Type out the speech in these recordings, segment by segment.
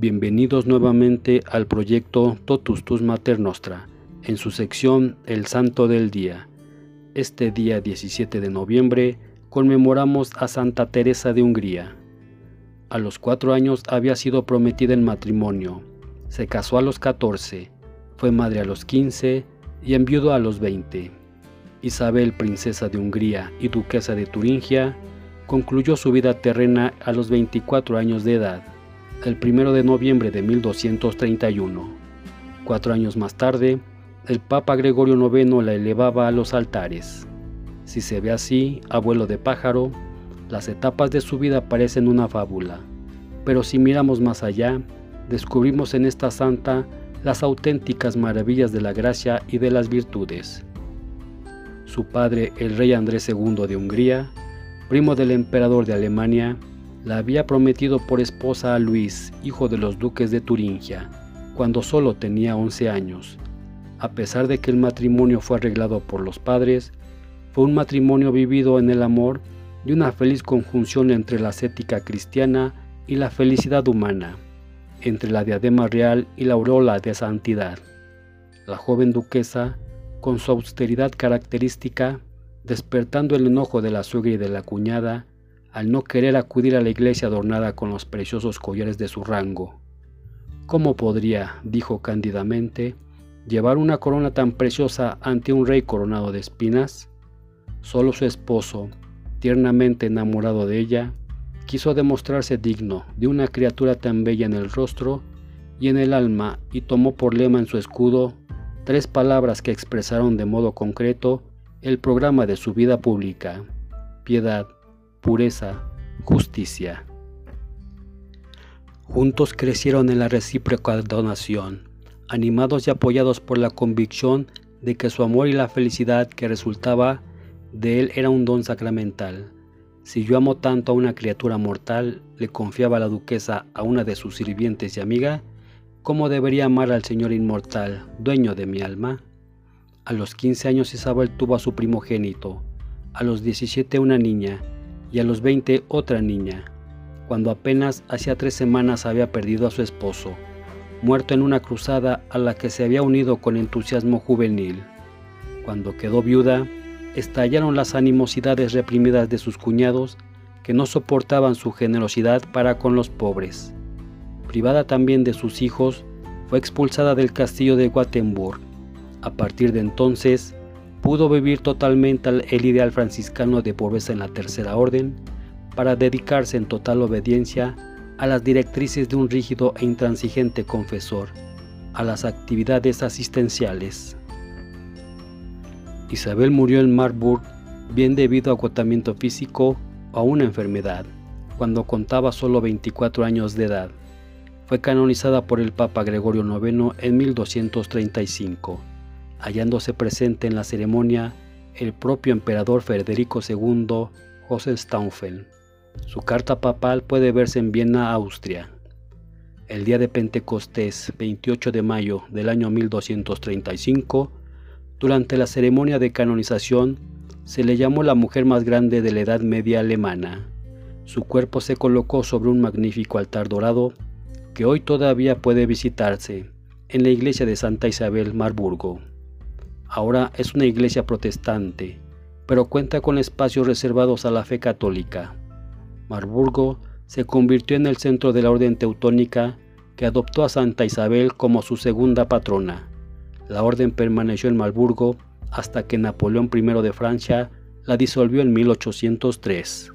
Bienvenidos nuevamente al proyecto Totus Tus Mater Nostra, en su sección El Santo del Día. Este día 17 de noviembre conmemoramos a Santa Teresa de Hungría. A los 4 años había sido prometida en matrimonio, se casó a los 14, fue madre a los 15 y enviudó a los 20. Isabel, princesa de Hungría y duquesa de Turingia, concluyó su vida terrena a los 24 años de edad, el 1 de noviembre de 1231. 4 años más tarde, el Papa Gregorio IX la elevaba a los altares. Si se ve así, abuelo de pájaro, las etapas de su vida parecen una fábula, pero si miramos más allá, descubrimos en esta santa las auténticas maravillas de la gracia y de las virtudes. Su padre, el rey Andrés II de Hungría, primo del emperador de Alemania, la había prometido por esposa a Luis, hijo de los duques de Turingia, cuando solo tenía 11 años. A pesar de que el matrimonio fue arreglado por los padres, fue un matrimonio vivido en el amor y una feliz conjunción entre la ascética cristiana y la felicidad humana, entre la diadema real y la aureola de santidad. La joven duquesa, con su austeridad característica, despertando el enojo de la suegra y de la cuñada, al no querer acudir a la iglesia adornada con los preciosos collares de su rango. ¿Cómo podría, dijo cándidamente, llevar una corona tan preciosa ante un rey coronado de espinas? Solo su esposo, tiernamente enamorado de ella, quiso demostrarse digno de una criatura tan bella en el rostro y en el alma, y tomó por lema en su escudo 3 palabras que expresaron de modo concreto el programa de su vida pública: piedad, pureza, justicia. Juntos crecieron en la recíproca donación, animados y apoyados por la convicción de que su amor y la felicidad que resultaba de él era un don sacramental. Si yo amo tanto a una criatura mortal, le confiaba la duquesa a una de sus sirvientes y amiga, ¿cómo debería amar al Señor inmortal, dueño de mi alma? A los 15 años Isabel tuvo a su primogénito, a los 17 una niña, y a los 20 otra niña, cuando apenas hacía 3 semanas había perdido a su esposo, muerto en una cruzada a la que se había unido con entusiasmo juvenil. Cuando quedó viuda, estallaron las animosidades reprimidas de sus cuñados, que no soportaban su generosidad para con los pobres. Privada también de sus hijos, fue expulsada del castillo de Wittenberg. A partir de entonces, pudo vivir totalmente el ideal franciscano de pobreza en la Tercera Orden, para dedicarse en total obediencia a las directrices de un rígido e intransigente confesor, a las actividades asistenciales. Isabel murió en Marburg, bien debido a agotamiento físico o a una enfermedad, cuando contaba solo 24 años de edad. Fue canonizada por el Papa Gregorio IX en 1235, hallándose presente en la ceremonia el propio emperador Federico II Hohenstaufen. Su carta papal puede verse en Viena, Austria. El día de Pentecostés, 28 de mayo del año 1235, durante la ceremonia de canonización, se le llamó la mujer más grande de la Edad Media alemana. Su cuerpo se colocó sobre un magnífico altar dorado que hoy todavía puede visitarse en la iglesia de Santa Isabel, Marburgo. Ahora es una iglesia protestante, pero cuenta con espacios reservados a la fe católica. Marburgo se convirtió en el centro de la orden teutónica, que adoptó a Santa Isabel como su segunda patrona. La orden permaneció en Marburgo hasta que Napoleón I de Francia la disolvió en 1803.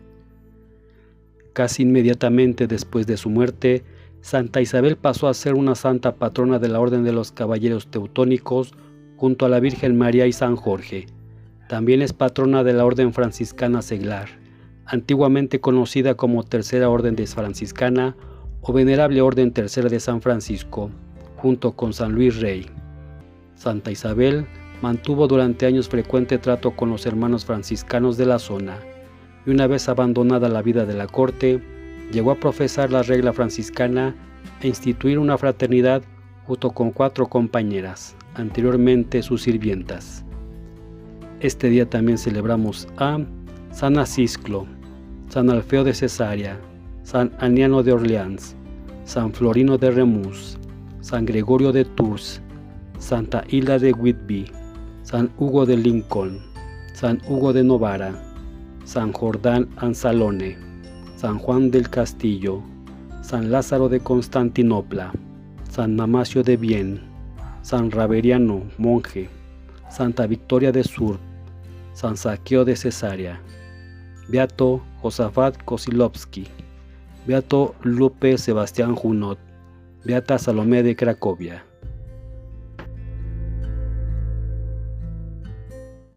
Casi inmediatamente después de su muerte, Santa Isabel pasó a ser una santa patrona de la Orden de los Caballeros Teutónicos junto a la Virgen María y San Jorge. También es patrona de la Orden Franciscana Seglar, antiguamente conocida como Tercera Orden de Franciscana o Venerable Orden Tercera de San Francisco, junto con San Luis Rey. Santa Isabel mantuvo durante años frecuente trato con los hermanos franciscanos de la zona, y una vez abandonada la vida de la corte, llegó a profesar la regla franciscana e instituir una fraternidad junto con 4 compañeras, anteriormente sus sirvientas. Este día también celebramos a San Acisclo, San Alfeo de Cesarea, San Aniano de Orleans, San Florino de Remus, San Gregorio de Tours, Santa Hilda de Whitby, San Hugo de Lincoln, San Hugo de Novara, San Jordán Anzalone, San Juan del Castillo, San Lázaro de Constantinopla, San Damacio de Vienne, San Raveriano, monje, Santa Victoria de Sur, San Saqueo de Cesarea, Beato Josafat Kosilowski, Beato Lupe Sebastián Junot, Beata Salomé de Cracovia.